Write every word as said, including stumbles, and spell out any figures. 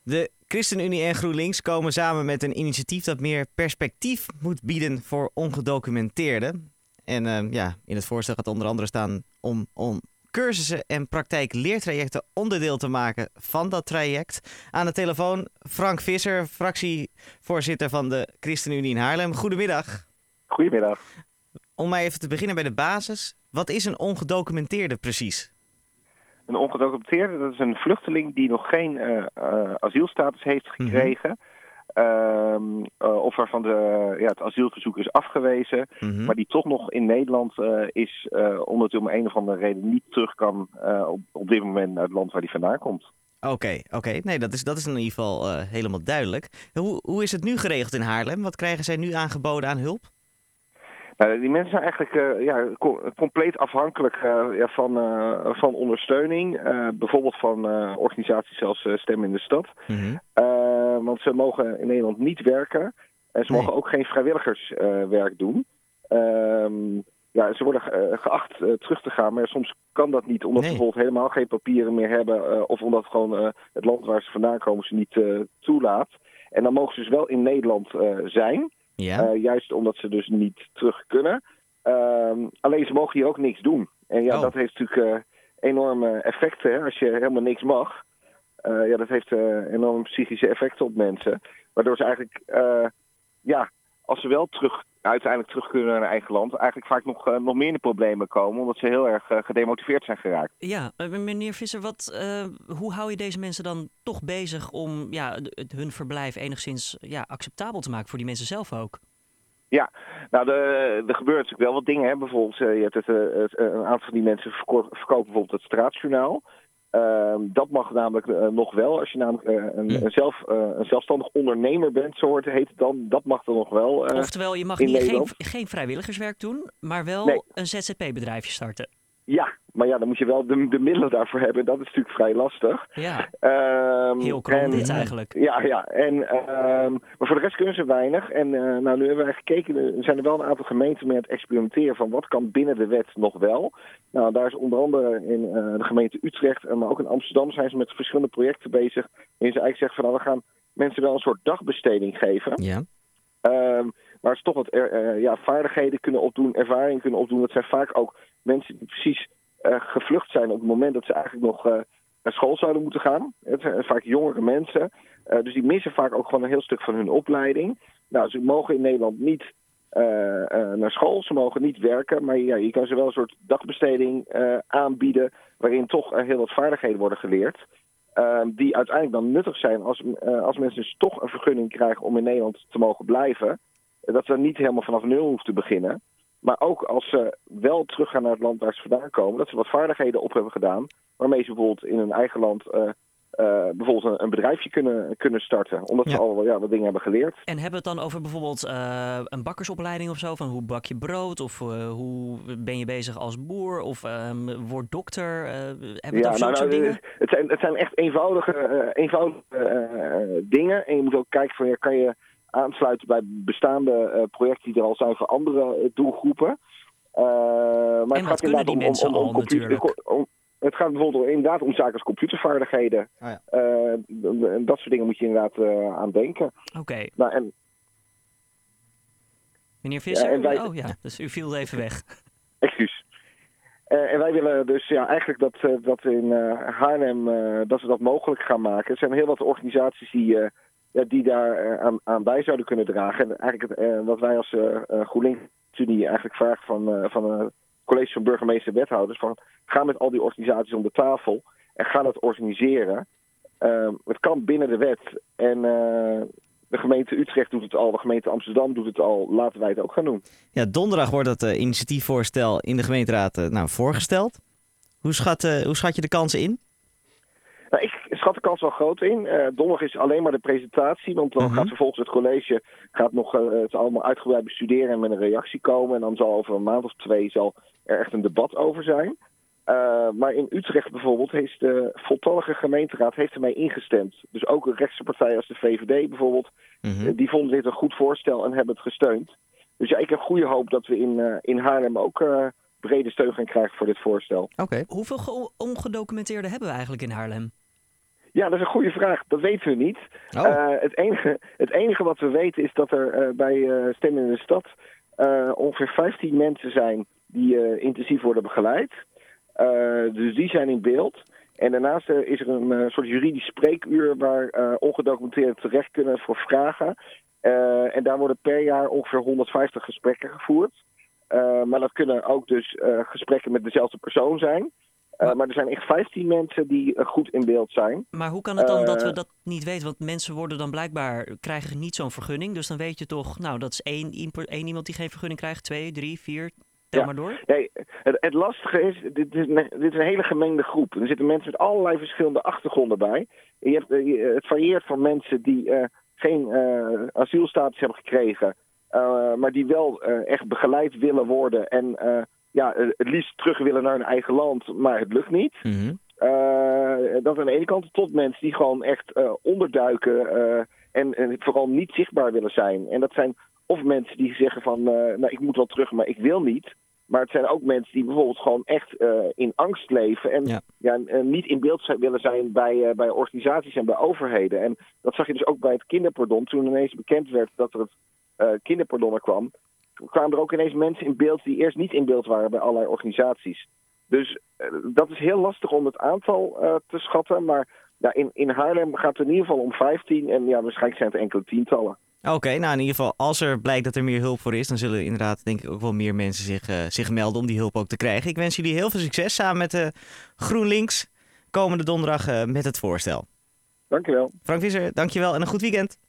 De ChristenUnie en GroenLinks komen samen met een initiatief dat meer perspectief moet bieden voor ongedocumenteerden. En uh, ja, in het voorstel gaat onder andere staan om, om cursussen en praktijk-leertrajecten onderdeel te maken van dat traject. Aan de telefoon Frank Visser, fractievoorzitter van de ChristenUnie in Haarlem. Goedemiddag. Goedemiddag. Om maar even te beginnen bij de basis. Wat is een ongedocumenteerde precies? Een ongedocumenteerde, dat is een vluchteling die nog geen uh, uh, asielstatus heeft gekregen. Mm-hmm. Uh, uh, of waarvan de, ja, het asielverzoek is afgewezen. Mm-hmm. Maar die toch nog in Nederland uh, is, uh, omdat hij om een of andere reden niet terug kan uh, op, op dit moment naar het land waar hij vandaan komt. Oké, okay, oké. Okay. Nee, dat is, dat is in ieder geval uh, helemaal duidelijk. Hoe, hoe is het nu geregeld in Haarlem? Wat krijgen zij nu aangeboden aan hulp? Nou, die mensen zijn eigenlijk uh, ja, co- compleet afhankelijk uh, ja, van, uh, van ondersteuning. Uh, bijvoorbeeld van uh, organisaties zoals uh, Stem in de Stad. Mm-hmm. Uh, want ze mogen in Nederland niet werken. En ze nee. mogen ook geen vrijwilligerswerk uh, doen. Uh, ja, ze worden uh, geacht uh, terug te gaan. Maar soms kan dat niet. Omdat nee. ze bijvoorbeeld helemaal geen papieren meer hebben. Uh, of omdat gewoon uh, het land waar ze vandaan komen ze niet uh, toelaat. En dan mogen ze dus wel in Nederland uh, zijn. Ja. Uh, juist omdat ze dus niet terug kunnen. Uh, alleen ze mogen hier ook niks doen. En ja, oh. dat heeft natuurlijk uh, enorme effecten. Hè? Als je helemaal niks mag. Uh, ja, dat heeft uh, enorme psychische effecten op mensen. Waardoor ze eigenlijk, uh, ja, als ze wel terug, uiteindelijk terug kunnen naar hun eigen land, eigenlijk vaak nog, uh, nog meer in de problemen komen. Omdat ze heel erg uh, gedemotiveerd zijn geraakt. Ja, uh, meneer Visser, wat, uh, hoe hou je deze mensen dan toch bezig om ja, d- hun verblijf enigszins ja, acceptabel te maken voor die mensen zelf ook? Ja, nou, er gebeuren natuurlijk wel wat dingen. Hè. Bijvoorbeeld, uh, je hebt het, uh, het, uh, een aantal van die mensen verko- verkopen bijvoorbeeld het straatjournaal. Uh, dat mag namelijk uh, nog wel. Als je namelijk uh, een, een, zelf, uh, een zelfstandig ondernemer bent, zo heet het dan, dat mag dan nog wel. Uh, Oftewel, je mag niet, geen, geen vrijwilligerswerk doen, maar wel nee. een Z Z P-bedrijfje starten. Ja, maar ja, dan moet je wel de, de middelen daarvoor hebben. Dat is natuurlijk vrij lastig. Ja, uh, heel krom dit eigenlijk. Ja, ja. En, uh, maar voor de rest kunnen ze weinig. En uh, nou, nu hebben wij gekeken, er zijn er wel een aantal gemeenten mee aan het experimenteren van wat kan binnen de wet nog wel. Nou, daar is onder andere in uh, de gemeente Utrecht, uh, maar ook in Amsterdam zijn ze met verschillende projecten bezig. En ze eigenlijk zeggen van, nou, we gaan mensen wel een soort dagbesteding geven. Ja. Uh, waar ze toch wat er, uh, ja, vaardigheden kunnen opdoen, ervaring kunnen opdoen. Dat zijn vaak ook mensen die precies uh, gevlucht zijn op het moment dat ze eigenlijk nog uh, naar school zouden moeten gaan. Het zijn vaak jongere mensen. Uh, dus die missen vaak ook gewoon een heel stuk van hun opleiding. Nou, ze mogen in Nederland niet uh, uh, naar school. Ze mogen niet werken. Maar ja, je kan ze wel een soort dagbesteding uh, aanbieden waarin toch uh, heel wat vaardigheden worden geleerd. Uh, die uiteindelijk dan nuttig zijn als, uh, als mensen dus toch een vergunning krijgen om in Nederland te mogen blijven. Dat ze dan niet helemaal vanaf nul hoeven te beginnen. Maar ook als ze wel teruggaan naar het land waar ze vandaan komen, dat ze wat vaardigheden op hebben gedaan, waarmee ze bijvoorbeeld in hun eigen land uh, uh, bijvoorbeeld een, een bedrijfje kunnen, kunnen starten. Omdat ja. ze al ja, wat dingen hebben geleerd. En hebben we het dan over bijvoorbeeld uh, een bakkersopleiding of zo? Van hoe bak je brood? Of uh, hoe ben je bezig als boer? Of um, word dokter? Uh, hebben we ja, het over nou, zo'n nou, dingen? Het zijn, het zijn echt eenvoudige, uh, eenvoudige uh, dingen. En je moet ook kijken van, ja, kan je aansluiten bij bestaande uh, projecten die er al zijn voor andere uh, doelgroepen. Uh, maar en het wat gaat kunnen die om, mensen om, om, al om computer, natuurlijk? Om, het gaat bijvoorbeeld inderdaad om zaken als computervaardigheden. Oh ja. uh, en dat soort dingen moet je inderdaad uh, aan denken. Oké. Okay. Nou, en meneer Visser? Ja, wij, oh ja, dus u viel even weg. Excuus. Uh, en wij willen dus ja, eigenlijk dat, uh, dat in uh, Haarlem uh, dat we dat mogelijk gaan maken. Er zijn heel wat organisaties die, uh, ja, die daar uh, aan, aan bij zouden kunnen dragen. En eigenlijk het, uh, wat wij als uh, uh, GroenLinks-Unie eigenlijk vragen van, uh, van een uh, college van burgemeester en wethouders. Van, ga met al die organisaties om de tafel en ga dat organiseren. Uh, het kan binnen de wet. En uh, de gemeente Utrecht doet het al, de gemeente Amsterdam doet het al. Laten wij het ook gaan doen. Ja, donderdag wordt dat uh, initiatiefvoorstel in de gemeenteraad uh, nou, voorgesteld. Hoe schat, uh, hoe schat je de kansen in? Nou, ik schat de kans wel groot in. Uh, donderdag is alleen maar de presentatie, want dan uh-huh. gaat vervolgens het college gaat nog uh, het allemaal uitgebreid bestuderen en met een reactie komen. En dan zal over een maand of twee zal er echt een debat over zijn. Uh, maar in Utrecht bijvoorbeeld heeft de voltallige gemeenteraad heeft ermee ingestemd. Dus ook rechtse partijen als de V V D bijvoorbeeld, uh-huh. uh, die vonden dit een goed voorstel en hebben het gesteund. Dus ja, ik heb goede hoop dat we in, uh, in Haarlem ook uh, brede steun gaan krijgen voor dit voorstel. Okay. Hoeveel ge- ongedocumenteerden hebben we eigenlijk in Haarlem? Ja, dat is een goede vraag. Dat weten we niet. Oh. Uh, het, enige, het enige wat we weten is dat er uh, bij uh, Stem in de Stad uh, ongeveer vijftien mensen zijn die uh, intensief worden begeleid. Uh, dus die zijn in beeld. En daarnaast uh, is er een uh, soort juridisch spreekuur waar uh, ongedocumenteerden terecht kunnen voor vragen. Uh, en daar worden per jaar ongeveer honderdvijftig gesprekken gevoerd. Uh, maar dat kunnen ook dus uh, gesprekken met dezelfde persoon zijn. Uh, maar er zijn echt vijftien mensen die uh, goed in beeld zijn. Maar hoe kan het dan uh, dat we dat niet weten? Want mensen worden dan blijkbaar, krijgen niet zo'n vergunning. Dus dan weet je toch, nou dat is één, één iemand die geen vergunning krijgt. Twee, drie, vier, tel ja. maar door. Nee, het, het lastige is, dit is, een, dit is een hele gemengde groep. Er zitten mensen met allerlei verschillende achtergronden bij. Je hebt, uh, het varieert van mensen die uh, geen uh, asielstatus hebben gekregen. Uh, maar die wel uh, echt begeleid willen worden en uh, ja, het liefst terug willen naar hun eigen land, maar het lukt niet. Mm-hmm. Uh, dat aan de ene kant tot mensen die gewoon echt uh, onderduiken uh, en, en vooral niet zichtbaar willen zijn. En dat zijn of mensen die zeggen van, uh, nou ik moet wel terug, maar ik wil niet. Maar het zijn ook mensen die bijvoorbeeld gewoon echt uh, in angst leven en ja. Ja, uh, niet in beeld zijn, willen zijn bij, uh, bij organisaties en bij overheden. En dat zag je dus ook bij het kinderpardon. Toen ineens bekend werd dat er het uh, kinderpardon er kwam, kwamen er ook ineens mensen in beeld die eerst niet in beeld waren bij allerlei organisaties. Dus uh, dat is heel lastig om het aantal uh, te schatten. Maar ja, in, in Haarlem gaat het in ieder geval om vijftien en ja, waarschijnlijk zijn het enkele tientallen. Oké, okay, nou in ieder geval als er blijkt dat er meer hulp voor is, dan zullen inderdaad denk ik ook wel meer mensen zich, uh, zich melden om die hulp ook te krijgen. Ik wens jullie heel veel succes samen met uh, GroenLinks komende donderdag uh, met het voorstel. Dankjewel. Frank Visser, dankjewel en een goed weekend.